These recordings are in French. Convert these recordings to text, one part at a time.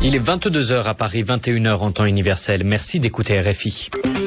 Il est 22h à Paris, 21h en temps universel. Merci d'écouter RFI.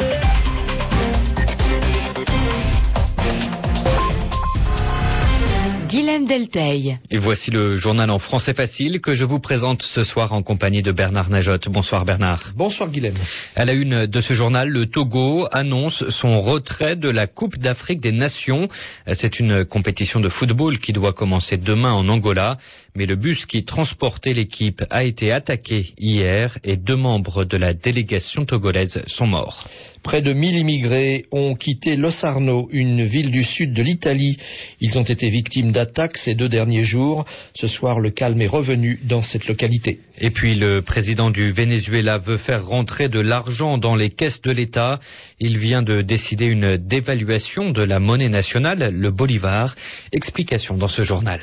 Guylaine Delteil. Et voici le journal en français facile que je vous présente ce soir en compagnie de Bernard Najotte. Bonsoir Bernard. Bonsoir Guylaine. À la une de ce journal, le Togo annonce son retrait de la Coupe d'Afrique des Nations. C'est une compétition de football qui doit commencer demain en Angola. Mais le bus qui transportait l'équipe a été attaqué hier et 2 membres de la délégation togolaise sont morts. Près de 1000 immigrés ont quitté Locarno, une ville du sud de l'Italie. Ils ont été victimes d'attaques ces 2 derniers jours. Ce soir, le calme est revenu dans cette localité. Et puis le président du Venezuela veut faire rentrer de l'argent dans les caisses de l'État. Il vient de décider une dévaluation de la monnaie nationale, le bolivar. Explication dans ce journal.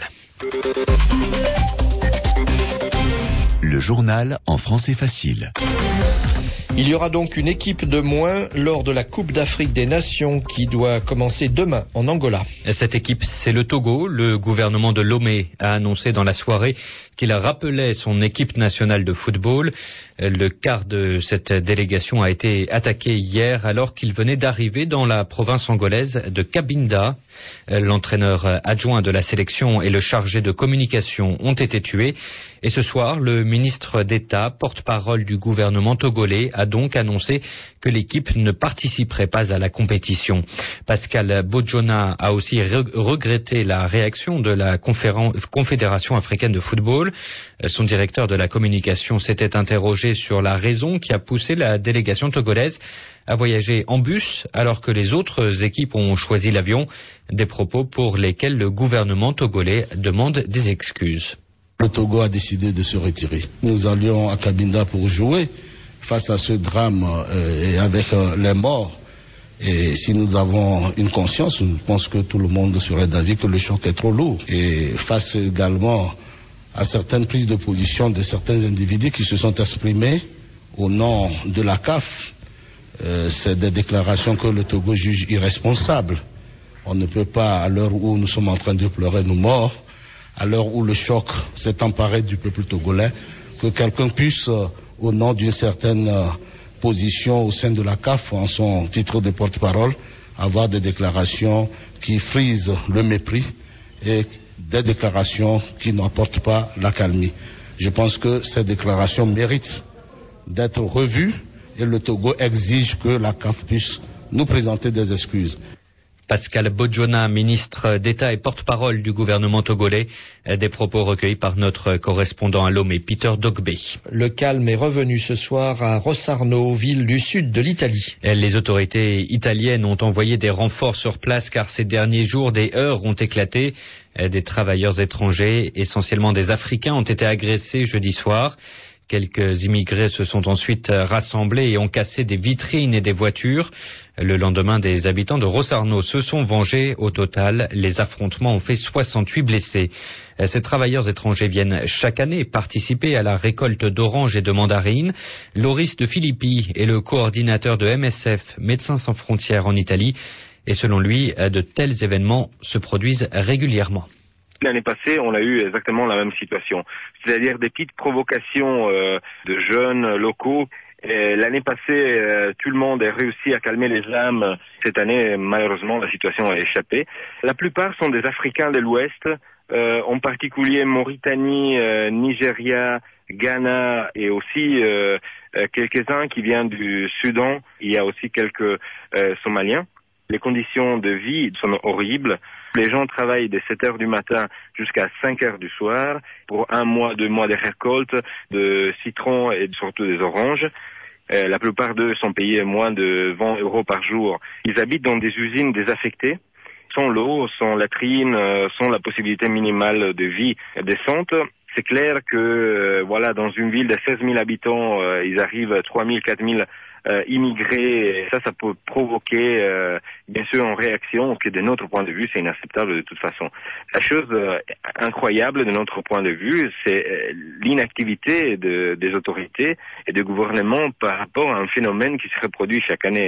Le journal en français facile. Il y aura donc une équipe de moins lors de la Coupe d'Afrique des Nations qui doit commencer demain en Angola. Cette équipe, c'est le Togo. Le gouvernement de Lomé a annoncé dans la soirée qu'il rappelait son équipe nationale de football. Le quart de cette délégation a été attaqué hier alors qu'il venait d'arriver dans la province angolaise de Cabinda. L'entraîneur adjoint de la sélection et le chargé de communication ont été tués. Et ce soir, le ministre d'État, porte-parole du gouvernement togolais, a donc annoncé que l'équipe ne participerait pas à la compétition. Pascal Bodjona a aussi regretté la réaction de la Confédération africaine de football. Son directeur de la communication s'était interrogé sur la raison qui a poussé la délégation togolaise à voyager en bus alors que les autres équipes ont choisi l'avion. Des propos pour lesquels le gouvernement togolais demande des excuses. Le Togo a décidé de se retirer. Nous allions à Cabinda pour jouer face à ce drame et avec les morts. Et si nous avons une conscience, je pense que tout le monde serait d'avis que le choc est trop lourd. Et face également à certaines prises de position de certains individus qui se sont exprimés au nom de la CAF, c'est des déclarations que le Togo juge irresponsables. On ne peut pas, à l'heure où nous sommes en train de pleurer nos morts, à l'heure où le choc s'est emparé du peuple togolais, que quelqu'un puisse, au nom d'une certaine position au sein de la CAF, en son titre de porte-parole, avoir des déclarations qui frisent le mépris et des déclarations qui n'apportent pas l'accalmie. Je pense que ces déclarations méritent d'être revues et le Togo exige que la CAF puisse nous présenter des excuses. Pascal Bodjona, ministre d'État et porte-parole du gouvernement togolais, des propos recueillis par notre correspondant à Lomé, Peter Dogbe. Le calme est revenu ce soir à Locarno, ville du sud de l'Italie. Les autorités italiennes ont envoyé des renforts sur place car ces derniers jours, des heurts ont éclaté. Des travailleurs étrangers, essentiellement des Africains, ont été agressés jeudi soir. Quelques immigrés se sont ensuite rassemblés et ont cassé des vitrines et des voitures. Le lendemain, des habitants de Locarno se sont vengés. Au total, les affrontements ont fait 68 blessés. Ces travailleurs étrangers viennent chaque année participer à la récolte d'oranges et de mandarines. Loris de Filippi est le coordinateur de MSF, Médecins sans frontières en Italie. Et selon lui, de tels événements se produisent régulièrement. L'année passée, on a eu exactement la même situation, c'est-à-dire des petites provocations de jeunes locaux. Et l'année passée, tout le monde a réussi à calmer les âmes. Cette année, malheureusement, la situation a échappé. La plupart sont des Africains de l'Ouest, en particulier Mauritanie, Nigeria, Ghana et aussi quelques-uns qui viennent du Soudan. Il y a aussi quelques Somaliens. Les conditions de vie sont horribles. Les gens travaillent de 7 heures du matin jusqu'à 5 heures du soir pour 1 mois, 2 mois de récolte de citrons et surtout des oranges. La plupart d'eux sont payés moins de 20 € par jour. Ils habitent dans des usines désaffectées, sans l'eau, sans latrine, sans la possibilité minimale de vie décente. C'est clair que dans une ville de 16 000 habitants, ils arrivent à 3 000, 4 000 immigrés. Et ça peut provoquer, bien sûr, une réaction que de notre point de vue, c'est inacceptable de toute façon. La chose incroyable de notre point de vue, c'est l'inactivité des autorités et du gouvernement par rapport à un phénomène qui se reproduit chaque année.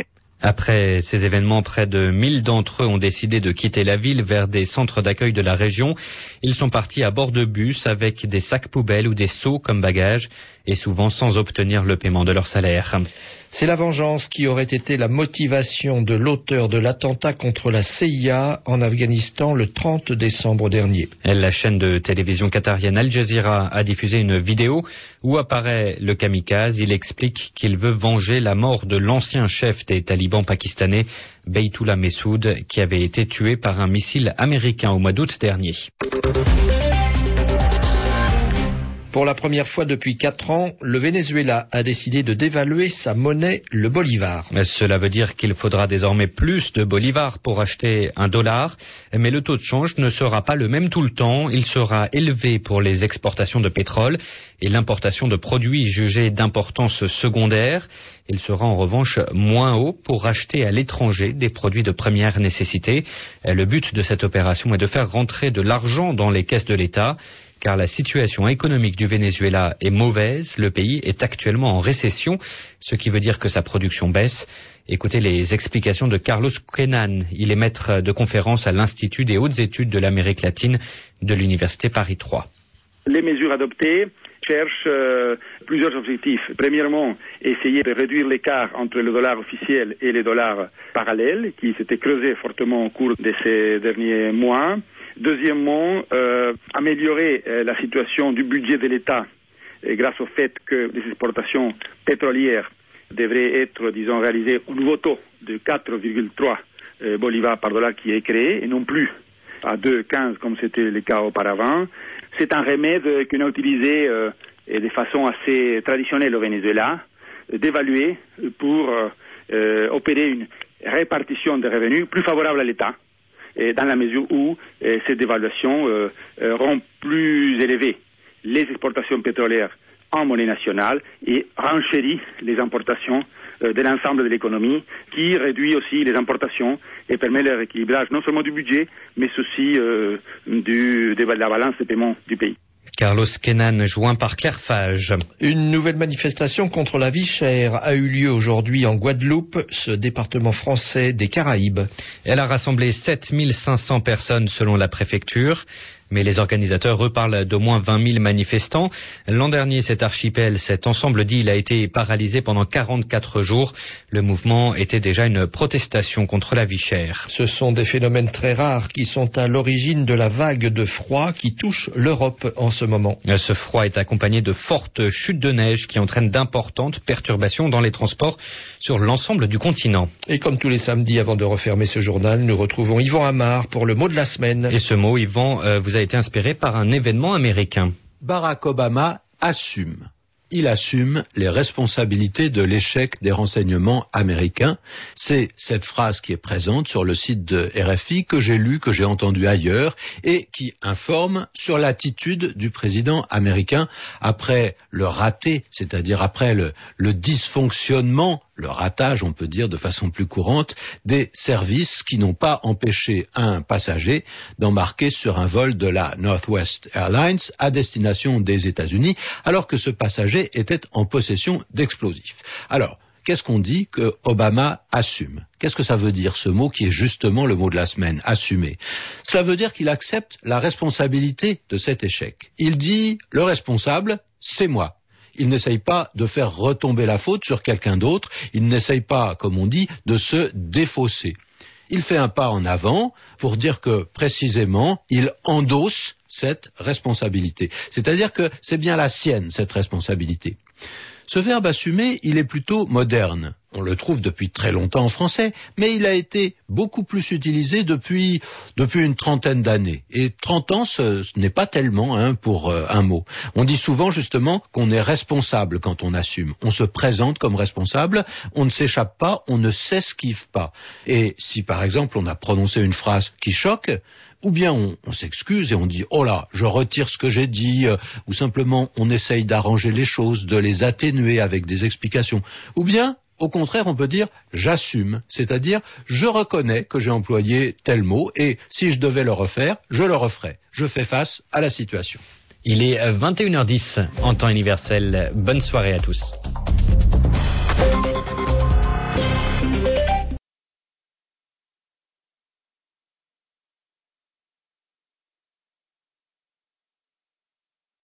Après ces événements, près de 1000 d'entre eux ont décidé de quitter la ville vers des centres d'accueil de la région. Ils sont partis à bord de bus avec des sacs poubelles ou des seaux comme bagages et souvent sans obtenir le paiement de leur salaire. C'est la vengeance qui aurait été la motivation de l'auteur de l'attentat contre la CIA en Afghanistan le 30 décembre dernier. La chaîne de télévision qatarienne Al Jazeera a diffusé une vidéo où apparaît le kamikaze. Il explique qu'il veut venger la mort de l'ancien chef des talibans pakistanais, Beytullah Messoud, qui avait été tué par un missile américain au mois d'août dernier. Pour la première fois depuis 4 ans, le Venezuela a décidé de dévaluer sa monnaie, le bolivar. Cela veut dire qu'il faudra désormais plus de bolivars pour acheter $1, mais le taux de change ne sera pas le même tout le temps. Il sera élevé pour les exportations de pétrole et l'importation de produits jugés d'importance secondaire. Il sera en revanche moins haut pour acheter à l'étranger des produits de première nécessité. Le but de cette opération est de faire rentrer de l'argent dans les caisses de l'État, car la situation économique du Venezuela est mauvaise. Le pays est actuellement en récession, ce qui veut dire que sa production baisse. Écoutez les explications de Carlos Quenan. Il est maître de conférence à l'Institut des hautes études de l'Amérique latine de l'Université Paris 3. Les mesures adoptées cherchent plusieurs objectifs. Premièrement, essayer de réduire l'écart entre le dollar officiel et les dollars parallèles, qui s'était creusé fortement au cours de ces derniers mois. Deuxièmement, améliorer la situation du budget de l'État grâce au fait que les exportations pétrolières devraient être, disons, réalisées au nouveau taux de 4,3 bolivars par dollar qui est créé et non plus à 2,15 comme c'était le cas auparavant. C'est un remède qu'on a utilisé de façon assez traditionnelle au Venezuela, d'évaluer pour opérer une répartition des revenus plus favorable à l'État, dans la mesure où cette dévaluation rend plus élevées les exportations pétrolières en monnaie nationale et renchérit les importations de l'ensemble de l'économie, qui réduit aussi les importations et permet le rééquilibrage non seulement du budget, mais aussi de la balance de paiement du pays. Carlos Quenan, joint par Claire Fage. Une nouvelle manifestation contre la vie chère a eu lieu aujourd'hui en Guadeloupe, ce département français des Caraïbes. Elle a rassemblé 7500 personnes selon la préfecture. Mais les organisateurs reparlent d'au moins 20 000 manifestants. L'an dernier, cet archipel, cet ensemble d'îles a été paralysé pendant 44 jours. Le mouvement était déjà une protestation contre la vie chère. Ce sont des phénomènes très rares qui sont à l'origine de la vague de froid qui touche l'Europe en ce moment. Ce froid est accompagné de fortes chutes de neige qui entraînent d'importantes perturbations dans les transports sur l'ensemble du continent. Et comme tous les samedis, avant de refermer ce journal, nous retrouvons Yvan Amar pour le mot de la semaine. Et ce mot, Yvan, vous a été inspiré par un événement américain. Barack Obama assume. Il assume les responsabilités de l'échec des renseignements américains. C'est cette phrase qui est présente sur le site de RFI, que j'ai lue, que j'ai entendue ailleurs, et qui informe sur l'attitude du président américain après le raté, c'est-à-dire après le dysfonctionnement, le ratage, on peut dire de façon plus courante, des services qui n'ont pas empêché un passager d'embarquer sur un vol de la Northwest Airlines à destination des États-Unis, alors que ce passager était en possession d'explosifs. Alors, qu'est-ce qu'on dit que Obama assume? Qu'est-ce que ça veut dire, ce mot qui est justement le mot de la semaine, assumer? Cela veut dire qu'il accepte la responsabilité de cet échec. Il dit, le responsable, c'est moi. Il n'essaye pas de faire retomber la faute sur quelqu'un d'autre, il n'essaye pas, comme on dit, de se défausser. Il fait un pas en avant pour dire que, précisément, il endosse cette responsabilité. C'est-à-dire que c'est bien la sienne, cette responsabilité. Ce verbe assumer, il est plutôt moderne. On le trouve depuis très longtemps en français, mais il a été beaucoup plus utilisé depuis une trentaine d'années. Et 30 ans, ce n'est pas tellement pour un mot. On dit souvent justement qu'on est responsable quand on assume. On se présente comme responsable, on ne s'échappe pas, on ne s'esquive pas. Et si par exemple on a prononcé une phrase qui choque, ou bien on s'excuse et on dit « Oh là, je retire ce que j'ai dit », ou simplement on essaye d'arranger les choses, de les atténuer avec des explications. Ou bien, au contraire, on peut dire « j'assume », c'est-à-dire « je reconnais que j'ai employé tel mot et si je devais le refaire, je le referais. Je fais face à la situation ». Il est 21h10 en temps universel. Bonne soirée à tous.